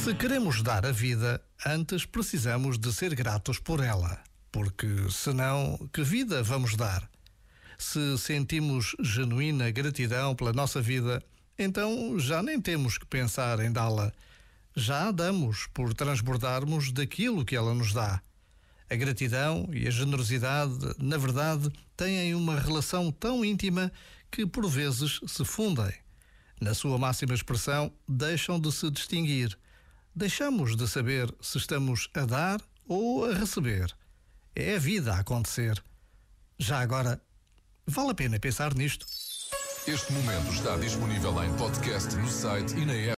Se queremos dar a vida, antes precisamos de ser gratos por ela, porque senão, que vida vamos dar? Se sentimos genuína gratidão pela nossa vida, então já nem temos que pensar em dá-la. Já a damos por transbordarmos daquilo que ela nos dá. A gratidão e a generosidade, na verdade, têm uma relação tão íntima que por vezes se fundem. Na sua máxima expressão, deixam de se distinguir. Deixamos de saber se estamos a dar ou a receber. É a vida a acontecer. Já agora, vale a pena pensar nisto. Este momento está disponível em podcast no site e na app.